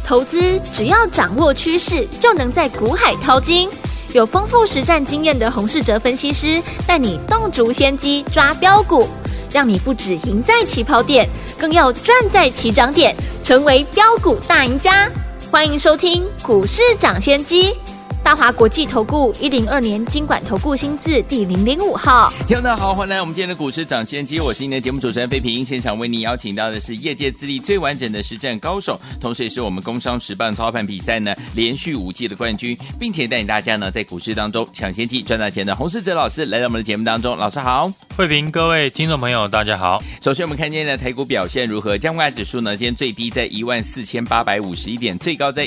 投资只要掌握趋势，就能在股海淘金。有丰富实战经验的洪士哲分析师带你洞烛先机抓标股，让你不只赢在起跑点，更要赚在起涨点，成为标股大赢家。欢迎收听股市涨先机，大华国际投顾102年金管投顾新字第005号。 听众大家好，欢迎来到我们今天的股市涨先机，我是您的节目主持人费平。现场为您邀请到的是业界资历最完整的实战高手，同时也是我们工商时报操盘比赛呢连续5季的冠军，并且带领大家呢在股市当中抢先机赚大钱的洪士哲老师来到我们的节目当中。老师好。 慧平，各位听众朋友大家好。 首先我们看今天的台股表现如何？加权指数呢今天最低在14851点，最高在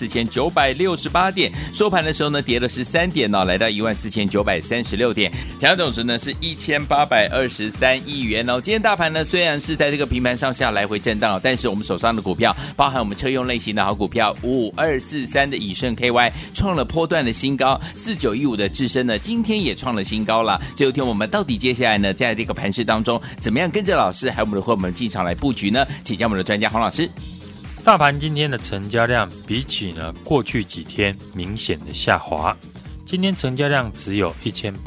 14968点，收盘的时候呢跌了13点来到14936点，成交总值呢是1823亿元今天大盘呢虽然是在这个平盘上下来回震荡但是我们手上的股票，包含我们车用类型的好股票5243的以盛 KY 创了波段的新高，4915的智深呢今天也创了新高了。所以有天我们到底接下来呢在这个盘势当中怎么样跟着老师还有我们的伙伴们进场来布局呢？请教我们的专家洪老师。 大盘今天的成交量比起呢过去几天明显的下滑，今天成交量只有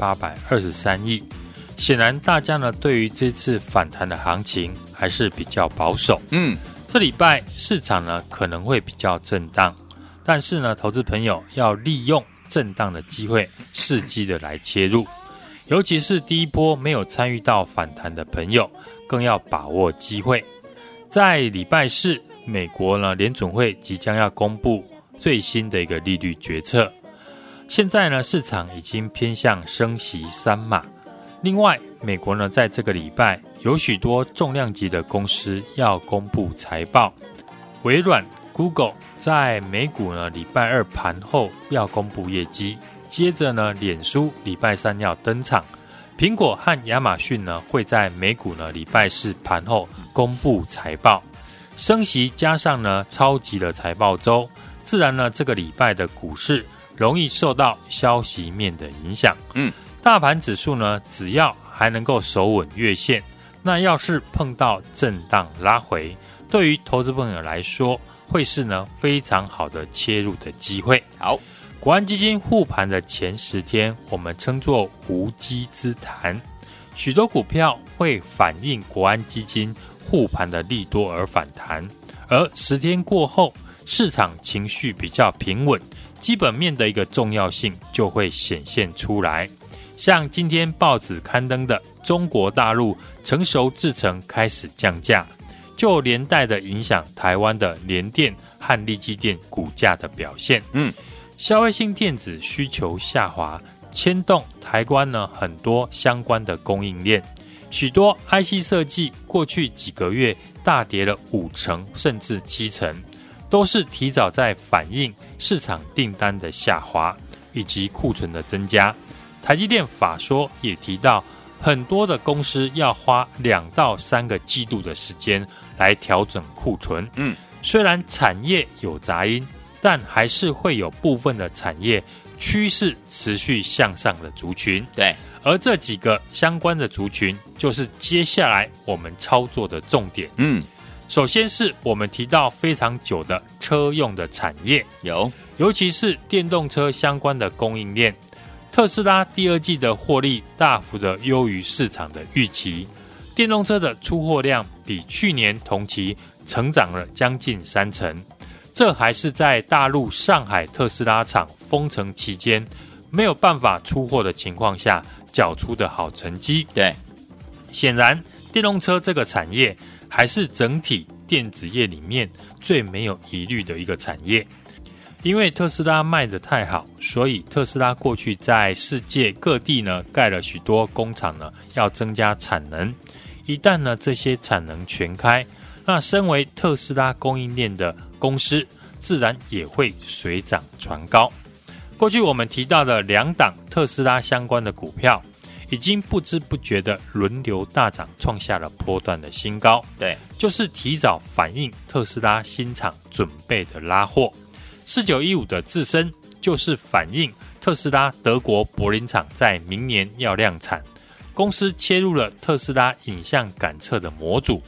1823亿，显然大家呢对于这次反弹的行情还是比较保守。这礼拜市场呢可能会比较震荡，但是呢投资朋友要利用震荡的机会伺机的来切入，尤其是第一波没有参与到反弹的朋友更要把握机会。在礼拜四，美国呢联准会即将要公布最新的一个利率决策，现在呢市场已经偏向升息3码。另外美国呢在这个礼拜有许多重量级的公司要公布财报，微软 Google 在美股呢礼拜二盘后要公布业绩，接着呢脸书礼拜三要登场，苹果和亚马逊呢会在美股呢礼拜四盘后公布财报。升息加上呢超级的财报周，自然呢这个礼拜的股市容易受到消息面的影响。大盘指数呢只要还能够守稳月线，那要是碰到震荡拉回，对于投资朋友来说会是呢非常好的切入的机会。好，国安基金护盘的前10天我们称作无稽之谈，许多股票会反映国安基金护盘的利多而反弹，而10天过后市场情绪比较平稳，基本面的一个重要性就会显现出来。像今天报纸刊登的中国大陆成熟制程开始降价，就连带的影响台湾的联电和力积电股价的表现。消费性电子需求下滑，牵动台湾呢很多相关的供应链，许多 IC 设计过去几个月大跌了50%甚至70%，都是提早在反映市场订单的下滑以及库存的增加。台积电法说也提到，很多的公司要花2到3个季度的时间来调整库存。虽然产业有杂音，但还是会有部分的产业趋势持续向上的族群。对，而这几个相关的族群就是接下来我们操作的重点。首先是我们提到非常久的车用的产业，尤其是电动车相关的供应链。特斯拉第2季的获利大幅的优于市场的预期，电动车的出货量比去年同期成长了将近30%，这还是在大陆上海特斯拉厂封城期间没有办法出货的情况下缴出的好成绩。对，显然电动车这个产业还是整体电子业里面最没有疑虑的一个产业。因为特斯拉卖得太好，所以特斯拉过去在世界各地呢盖了许多工厂呢，要增加产能。一旦呢这些产能全开，那身为特斯拉供应链的公司，自然也会水涨船高。过去我们提到的2档特斯拉相关的股票，已经不知不觉的轮流大涨，创下了波段的新高。对，就是提早反映特斯拉新厂准备的拉货。4915的自身就是反映特斯拉德国柏林厂在明年要量产，公司切入了特斯拉影像感测的模组，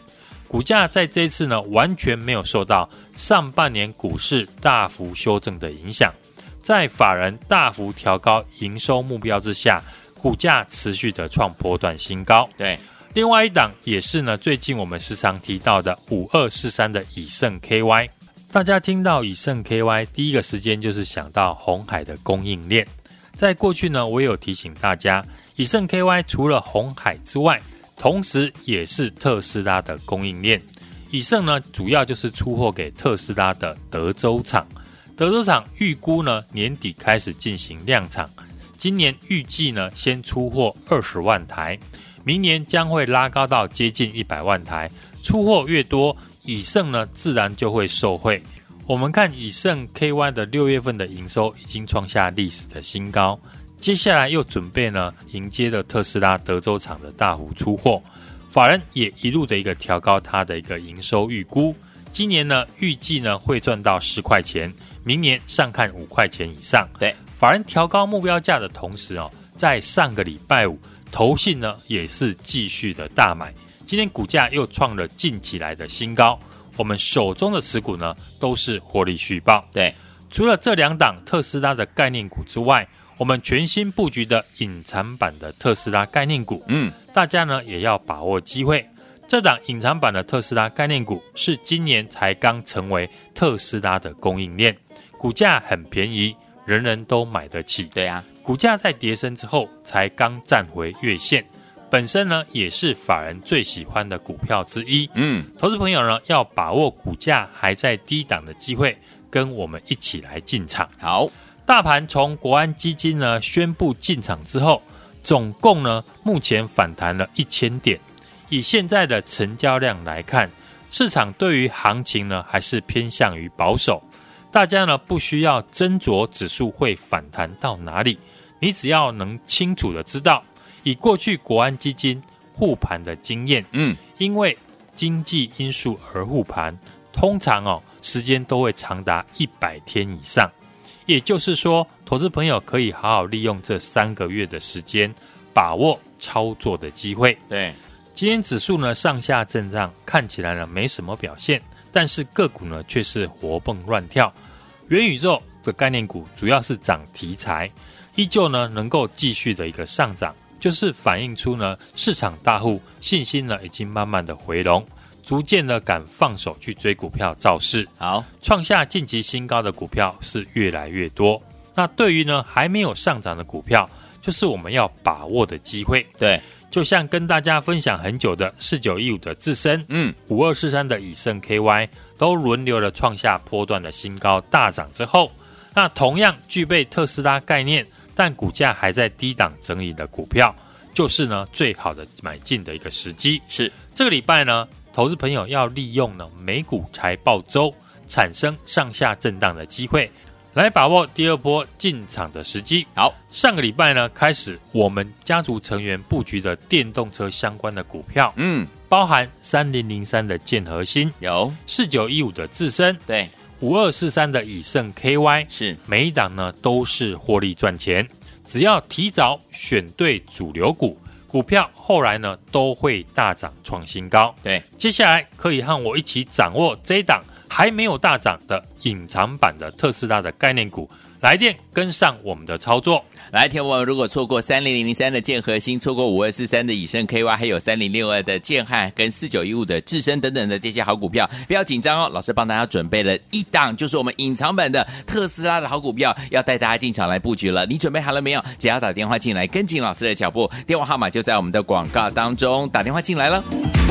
股价在这一次呢完全没有受到上半年股市大幅修正的影响，在法人大幅调高营收目标之下，股价持续的创波段新高。 对， 另外一档也是呢最近我们时常提到的5243的以盛 KY， 大家听到以盛 KY 第一个时间就是想到鸿海的供应链。在过去呢我也有提醒大家，以盛 KY 除了鸿海之外，同时也是特斯拉的供应链。以盛呢主要就是出货给特斯拉的德州厂，德州厂预估呢年底开始进行量产，今年预计呢先出货20万台，明年将会拉高到接近100万台，出货越多，以盛呢自然就会受惠。我们看以盛 KY 的6月份的营收已经创下历史的新高，接下来又准备呢迎接了特斯拉德州厂的大幅出货，法人也一路的一个调高它的一个营收预估，今年呢预计呢会赚到10块钱，明年上看5块钱以上。 对， 法人调高目标价的同时在上个礼拜五，投信呢也是继续的大买，今天股价又创了近期来的新高，我们手中的持股呢都是获利续报。 对， 除了这2档特斯拉的概念股之外，我们全新布局的隐藏版的特斯拉概念股，大家呢也要把握机会。这档隐藏版的特斯拉概念股是今年才刚成为特斯拉的供应链，股价很便宜，人人都买得起。 对啊， 股价在跌升之后才刚站回月线，本身呢也是法人最喜欢的股票之一。投资朋友呢要把握股价还在低档的机会，跟我们一起来进场。 好， 大盘从国安基金呢宣布进场之后，总共呢目前反弹了1000点。以现在的成交量来看，市场对于行情呢还是偏向于保守。大家呢不需要斟酌指数会反弹到哪里，你只要能清楚的知道，以过去国安基金护盘的经验，因为经济因素而护盘，通常时间都会长达100天以上。也就是说，投资朋友可以好好利用这3个月的时间，把握操作的机会。 对， 今天指数呢上下震荡，看起来呢没什么表现，但是个股呢却是活蹦乱跳。元宇宙的概念股主要是涨题材，依旧呢能够继续的一个上涨，就是反映出呢市场大户信心呢已经慢慢的回笼，逐渐的敢放手去追股票造势。 好， 创下近期新高的股票是越来越多。那对于呢还没有上涨的股票，就是我们要把握的机会。 对， 就像跟大家分享很久的4915的自身，5243的以盛 KY 都轮流的创下波段的新高大涨之后，那同样具备特斯拉概念，但股价还在低档整理的股票，就是呢最好的买进的一个时机。 是这个礼拜呢，投资朋友要利用呢美股财报周产生上下震荡的机会，来把握第二波进场的时机。 好， 上个礼拜呢开始，我们家族成员布局的电动车相关的股票，包含3003的建和兴， 有 4915的自身， 对 5243的以盛 KY， 是每一档呢都是获利赚钱，只要提早选对主流股，股票后来呢都会大涨创新高。 对， 接下来可以和我一起掌握这一档还没有大涨的隐藏版的特斯拉的概念股，来电跟上我们的操作。 来，听我们如果错过3003的建和兴，错过5243的以盛 KY， 还有3062的建汉跟4915的智深等等的这些好股票，不要紧张哦，老师帮大家准备了一档，就是我们隐藏版的特斯拉的好股票，要带大家进场来布局了。你准备好了没有？只要打电话进来，跟紧老师的脚步，电话号码就在我们的广告当中，打电话进来了。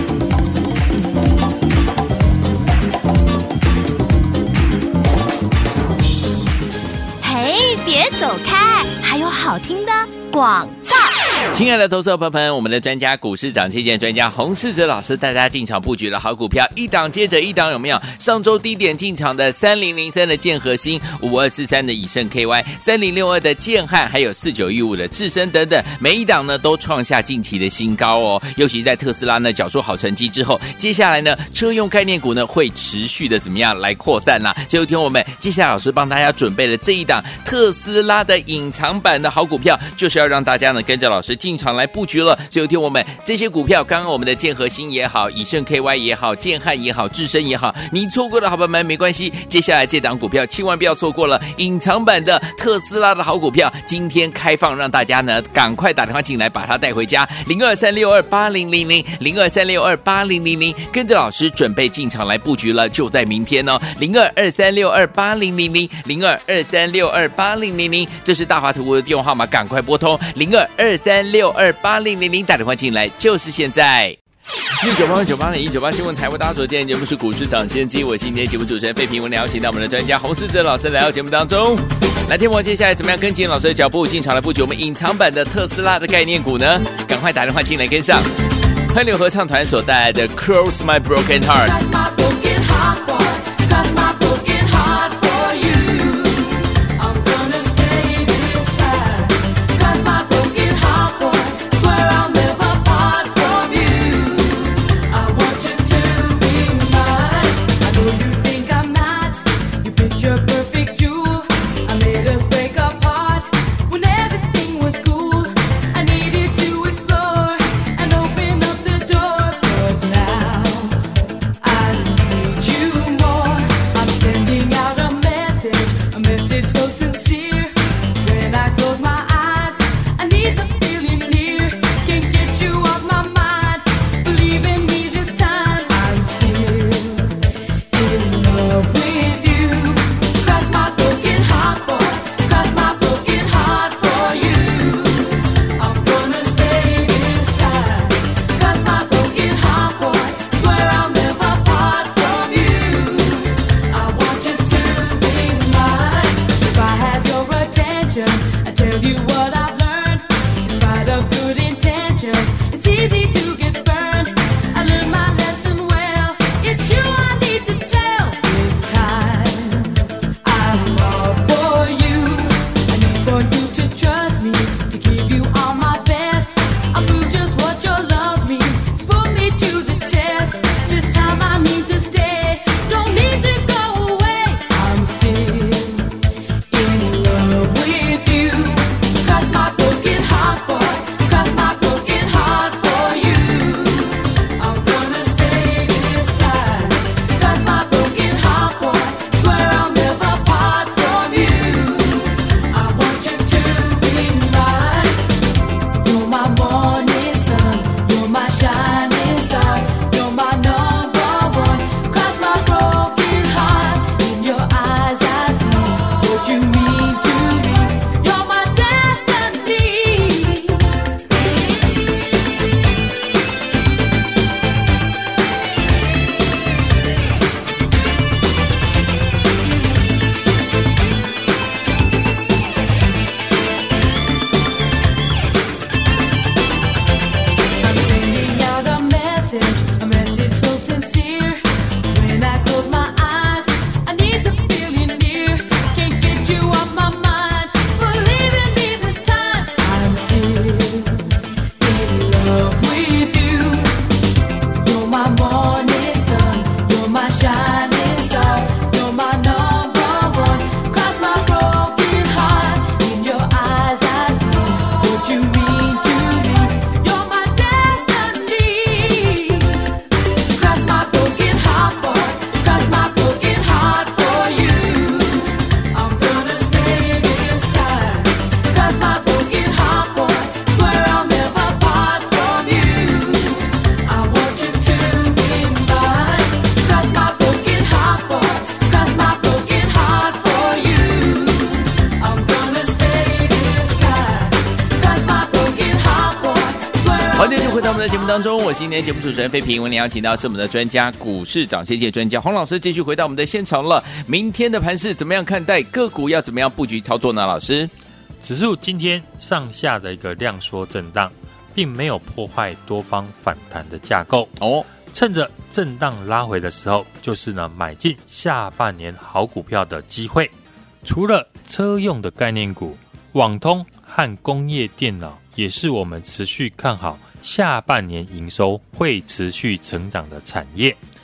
嘿，别走开，还有好听的广告。 亲爱的投资者朋友们，我们的专家股市涨跌专家洪士哲老师带大家进场布局的好股票，一档接着一档，有没有？上周低点进场的3003的建和兴，5243的以盛 KY，3062的建汉，还有4915的智深等等，每一档呢都创下近期的新高哦。尤其在特斯拉呢缴出好成绩之后，接下来呢车用概念股呢会持续的怎么样来扩散啦？所以听我们接下来老师帮大家准备了这一档特斯拉的隐藏版的好股票，就是要让大家呢跟着老师师进场来布局了。所以听我们这些股票，刚刚我们的建和兴也好，以盛 KY 也好，建汉也好，智深也好，你错过的好朋友们没关系，接下来这档股票千万不要错过了，隐藏版的特斯拉的好股票，今天开放让大家呢赶快打电话进来把它带回家，0236280002362800，跟着老师准备进场来布局了，就在明天哦，0223628000，0223628000，这是大华投顾的电话号码，赶快拨通0223628000，打电话进来就是现在。1988新闻台为大家所见节目是股市涨先机，我是今天节目主持人费平，我们邀请到我们的专家洪士哲老师来到节目当中。来听我接下来怎么样跟紧老师的脚步进场来布局我们隐藏版的特斯拉的概念股呢？赶快打电话进来跟上。欢迎合唱团所帶來的 Cross My Broken Heart。回到我们的节目当中，我是今天节目主持人费平，为您邀请到是我们的专家股市涨先界专家洪老师，继续回到我们的现场了。明天的盘势怎么样看待？个股要怎么样布局操作呢？老师， 指数今天上下的一个量缩震荡，并没有破坏多方反弹的架构哦。趁着震荡拉回的时候，就是呢买进下半年好股票的机会。除了车用的概念股，网通和工业电脑也是我们持续看好下半年营收会持续成长的产业。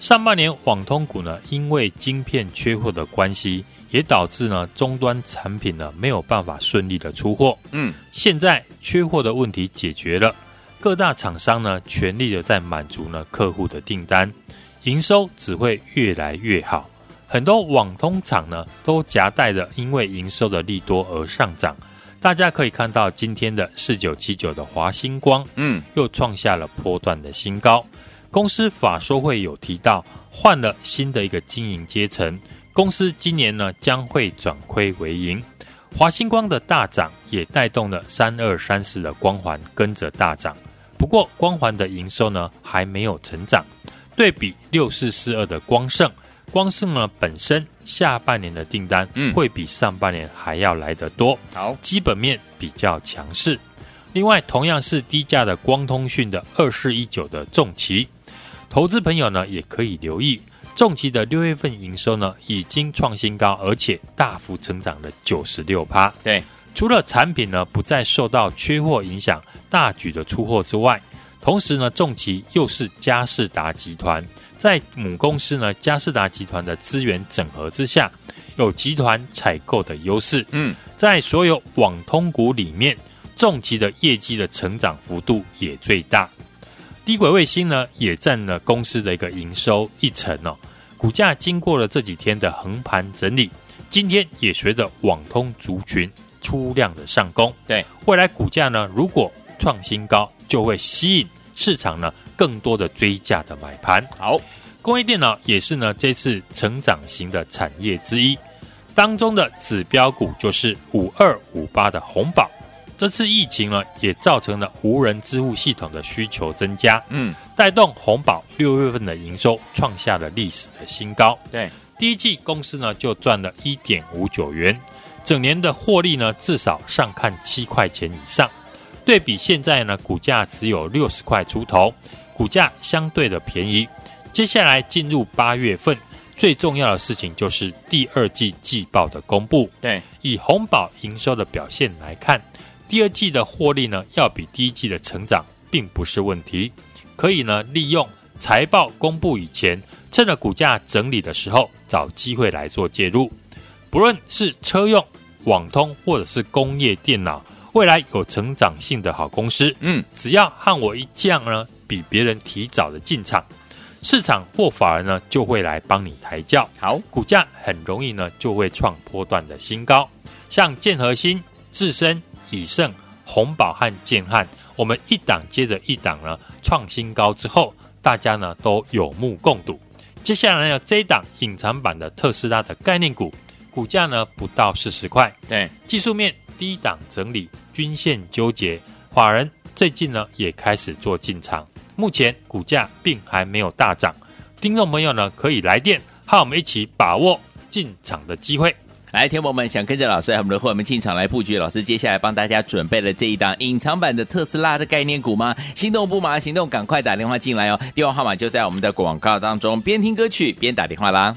上半年网通股呢，因为晶片缺货的关系，也导致呢终端产品呢没有办法顺利的出货。现在缺货的问题解决了，各大厂商呢全力的在满足呢客户的订单，营收只会越来越好。很多网通厂呢都夹带着因为营收的利多而上涨。大家可以看到今天的4979的华星光，又创下了波段的新高。公司法说会有提到，换了新的一个经营阶层，公司今年呢将会转亏为盈。华星光的大涨也带动了3234的光环跟着大涨，不过光环的营收呢还没有成长。对比6442的光盛呢本身下半年的订单会比上半年还要来得多，基本面比较强势。另外同样是低价的光通讯的2419的重骑，投资朋友呢也可以留意，重骑的6月份营收呢已经创新高，而且大幅成长了 96%。 对， 除了产品呢不再受到缺货影响大举的出货之外，同时呢重骑又是佳世达集团，在母公司呢佳世达集团的资源整合之下，有集团采购的优势。在所有网通股里面，重骑的业绩的成长幅度也最大。低轨卫星呢也占了公司的一个营收1%哦。股价经过了这几天的横盘整理，今天也随着网通族群出量的上攻。 对， 未来股价呢如果创新高，就会吸引市场呢更多的追价的买盘。 好， 工业电脑也是呢这次成长型的产业之一，当中的指标股就是5258的鸿宝。这次疫情呢也造成了无人支付系统的需求增加，带动鸿宝6月份的营收创下了历史的新高。 对， 第一季公司呢就赚了 1.59 元，整年的获利呢至少上看7块钱以上。对比现在呢股价只有60块出头，股价相对的便宜。接下来进入8月份，最重要的事情就是第二季季报的公布。 对， 以鸿宝营收的表现来看，第二季的获利呢要比第一季的成长并不是问题，可以呢利用财报公布以前，趁着股价整理的时候找机会来做介入。不论是车用、网通或者是工业电脑，未来有成长性的好公司，只要和我一样呢，比别人提早的进场，市场或法人呢就会来帮你抬轿，好，股价很容易呢就会创波段的新高。像建和兴、智深、以盛、鸿宝和建汉，我们一档接着一档呢创新高之后，大家呢都有目共睹。接下来呢这一档隐藏版的特斯拉的概念股，股价呢不到40块， 对， 技术面低档整理，均线纠结，法人最近呢也开始做进场，目前股价并还没有大涨。听众朋友呢可以来电和我们一起把握进场的机会。 来，听众朋友们想跟着老师和我们的伙伴们进场来布局，老师接下来帮大家准备了这一档隐藏版的特斯拉的概念股吗？心动不马上行动，赶快打电话进来哦！电话号码就在我们的广告当中，边听歌曲边打电话啦。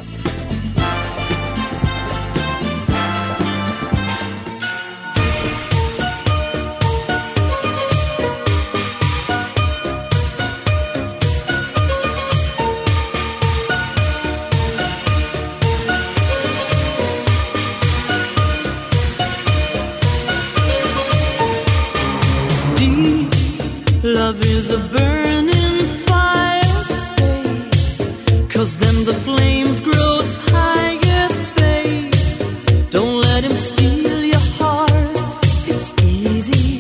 Love is a burning fire, stay, 'cause then the flames grow higher, babe. Don't let him steal your heart, it's easy,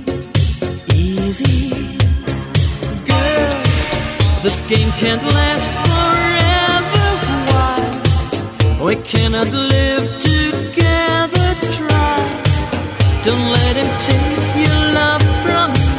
easy. Girl, this game can't last forever, why? We cannot live together, try. Don't let him take your love from you.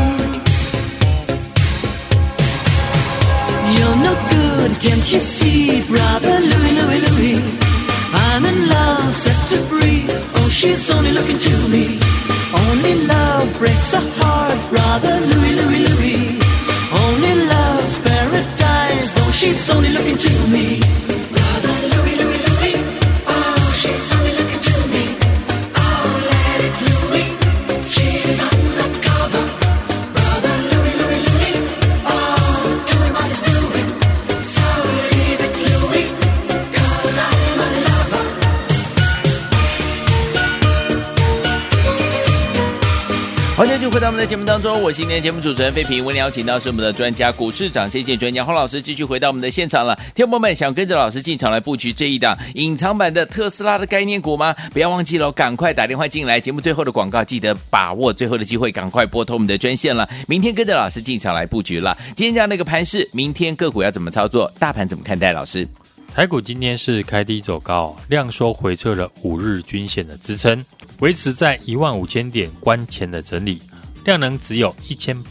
You're no good, can't you see, brother Louie, Louie, Louie? I'm in love, set her free. Oh, she's only looking to me. Only love breaks a heart, brother Louie, Louie, Louie. Only love's paradise. Oh, she's only looking to me. Brother Louie, Louie, Louie. Oh, she's only looking to me. Oh, let it Louie. She's undercover. Brother Louie, Louie, Louie. Oh, doing what he's doing. So 欢迎继续回到我们的节目当中，我是今天的节目主持人费平。为您邀请到是我们的专家股市长这线专家洪老师，继续回到我们的现场了。听众朋友们，想跟着老师进场来布局这一档隐藏版的特斯拉的概念股吗？不要忘记了，赶快打电话进来。节目最后的广告，记得把握最后的机会，赶快拨通我们的专线了。明天跟着老师进场来布局了。今天这样的一个盘势，明天个股要怎么操作？大盘怎么看待？老师， 台股今天是开低走高，量缩回撤了5日均线的支撑，维持在15000点关前的整理。量能只有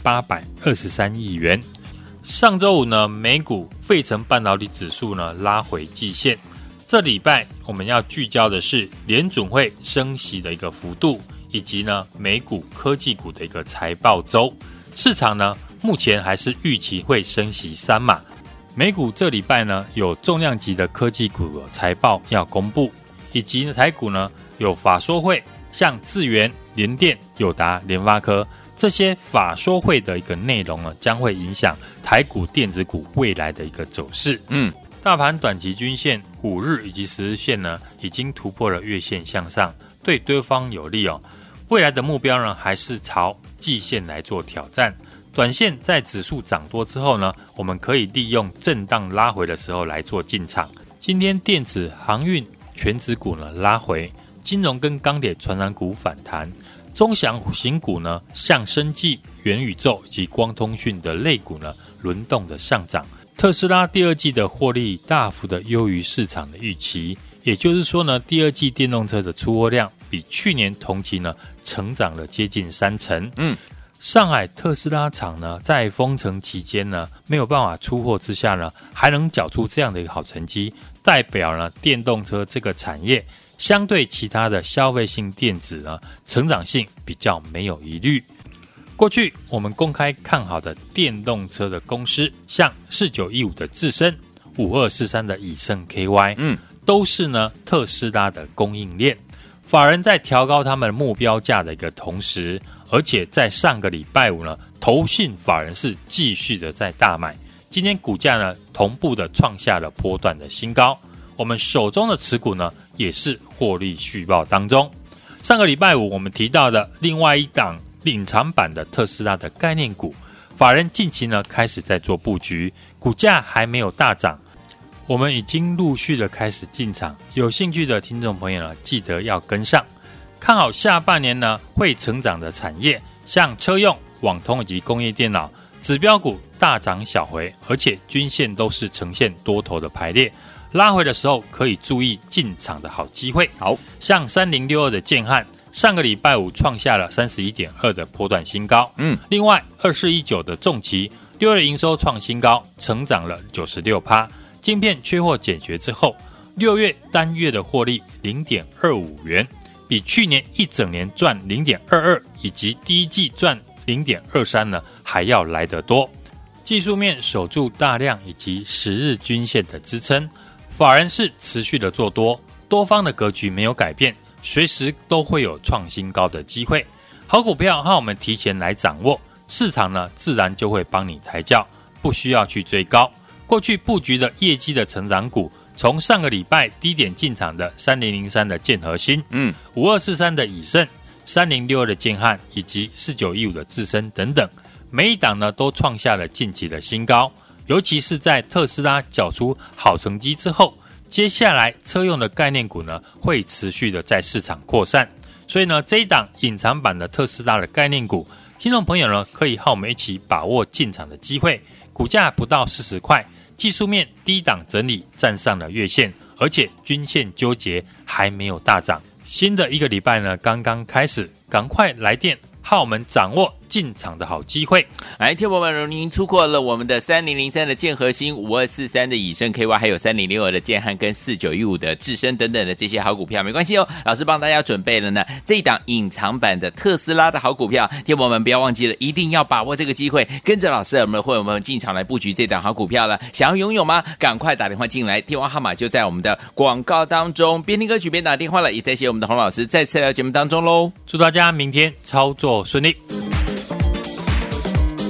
1823亿元。上周五呢，美股费城半导体指数呢拉回季线。这礼拜我们要聚焦的是联准会升息的一个幅度，以及呢美股科技股的一个财报周。市场呢目前还是预期会升息3码。美股这礼拜呢有重量级的科技股财报要公布，以及台股呢有法说会，像智原、联电、友达、联发科。这些法说会的一个内容呢，将会影响台股电子股未来的一个走势。大盘短期均线5日以及10日线呢，已经突破了月线向上，对多方有利哦。未来的目标呢，还是朝季线来做挑战。短线在指数涨多之后呢，我们可以利用震荡拉回的时候来做进场。今天电子、航运、全指股呢拉回，金融跟钢铁、传染股反弹。中小型股呢，像生技、元宇宙以及光通讯的类股呢，轮动的上涨。特斯拉第二季的获利大幅的优于市场的预期，也就是说呢，第二季电动车的出货量比去年同期呢，成长了接近30%。上海特斯拉厂呢，在封城期间呢，没有办法出货之下呢，还能缴出这样的一个好成绩，代表呢，电动车这个产业相对其他的消费性电子呢，成长性比较没有疑虑。过去我们公开看好的电动车的公司，像4915的智伸、5243的以盛 KY，都是呢特斯拉的供应链。法人在调高他们目标价的一个同时，而且在上个礼拜五呢，投信法人是继续的在大买，今天股价呢同步的创下了波段的新高。我们手中的持股呢，也是获利续报当中。上个礼拜五我们提到的另外一档隐藏版的特斯拉的概念股，法人近期呢开始在做布局，股价还没有大涨，我们已经陆续的开始进场，有兴趣的听众朋友呢，记得要跟上。看好下半年呢会成长的产业，像车用、网通以及工业电脑，指标股大涨小回，而且均线都是呈现多头的排列。拉回的时候可以注意进场的好机会。好，像3062的建汉，上个礼拜五创下了 31.2 的波段新高。另外2419的重骑6月营收创新高，成长了 96%。晶片缺货解决之后，6月单月的获利 0.25 元，比去年一整年赚 0.22 以及第一季赚 0.23 呢还要来得多。技术面守住大量以及10日均线的支撑，法人是持续的做多，多方的格局没有改变，随时都会有创新高的机会。好股票和我们提前来掌握，市场呢自然就会帮你抬轿，不需要去追高。过去布局的业绩的成长股，从上个礼拜低点进场的3003的建和新，5243的以盛，3062的建汉以及4915的智伸等等，每一档呢都创下了近期的新高。尤其是在特斯拉缴出好成绩之后，接下来车用的概念股呢会持续的在市场扩散，所以呢这一档隐藏版的特斯拉的概念股，听众朋友呢可以和我们一起把握进场的机会。股价不到40块，技术面低档整理站上了月线，而且均线纠结还没有大涨。新的一个礼拜呢刚刚开始，赶快来电和我们掌握进场的好机会。 来，听众朋友们，您错过了我们的3003的建和新、5243的以盛 KY， 还有3062的建汉跟4915的智伸等等的这些好股票，没关系哦，老师帮大家准备了呢这一档隐藏版的特斯拉的好股票，听众朋友们不要忘记了，一定要把握这个机会，跟着老师我们的会员们进场来布局这档好股票了。想要拥有吗？赶快打电话进来，电话号码就在我们的广告当中，边听歌曲边打电话了，也在谢我们的洪老师再次来到节目当中喽。 祝大家明天操作顺利。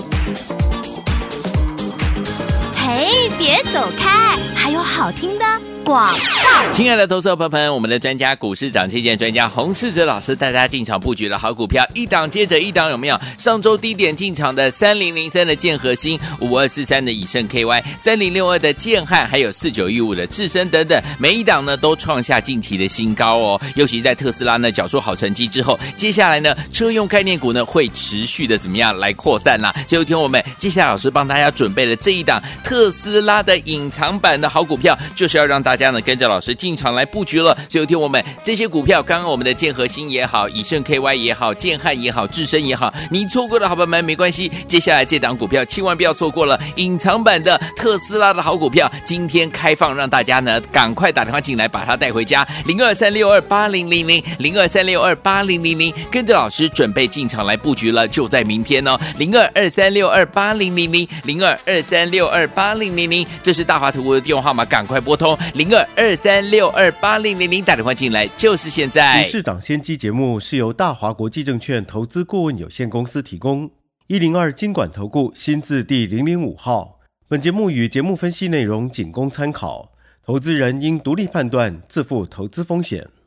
嘿，别走开，还有好听的广告。 亲爱的投资者朋友们，我们的专家股市涨跌专家洪士哲老师带大家进场布局的好股票，一档接着一档，有没有？上周低点进场的3003的建和兴，5243的以盛 KY，3062的建汉，还有4915的智深等等，每一档呢都创下近期的新高哦。尤其在特斯拉呢缴出好成绩之后，接下来呢车用概念股呢会持续的怎么样来扩散啦？所以听我们接下来老师帮大家准备了这一档特斯拉的隐藏版的好股票，就是要让大家呢跟着老师进场来布局了。所以听我们这些股票，刚刚我们的建和兴也好，以盛 KY 也好，建汉也好，智深也好，你错过的好朋友们没关系，接下来这档股票千万不要错过了，隐藏版的特斯拉的好股票，今天开放让大家呢赶快打电话进来把它带回家，0236280000 0236280000，跟着老师准备进场来布局了，就在明天哦，0223628000 0223628000，这是大华投顾的电话号码，赶快拨通0223628000，打电话进来就是现在。 股市涨先机节目是由大华国际证券投资顾问有限公司提供，102金管投顾新字第005号。本节目与节目分析内容仅供参考，投资人应独立判断，自负投资风险。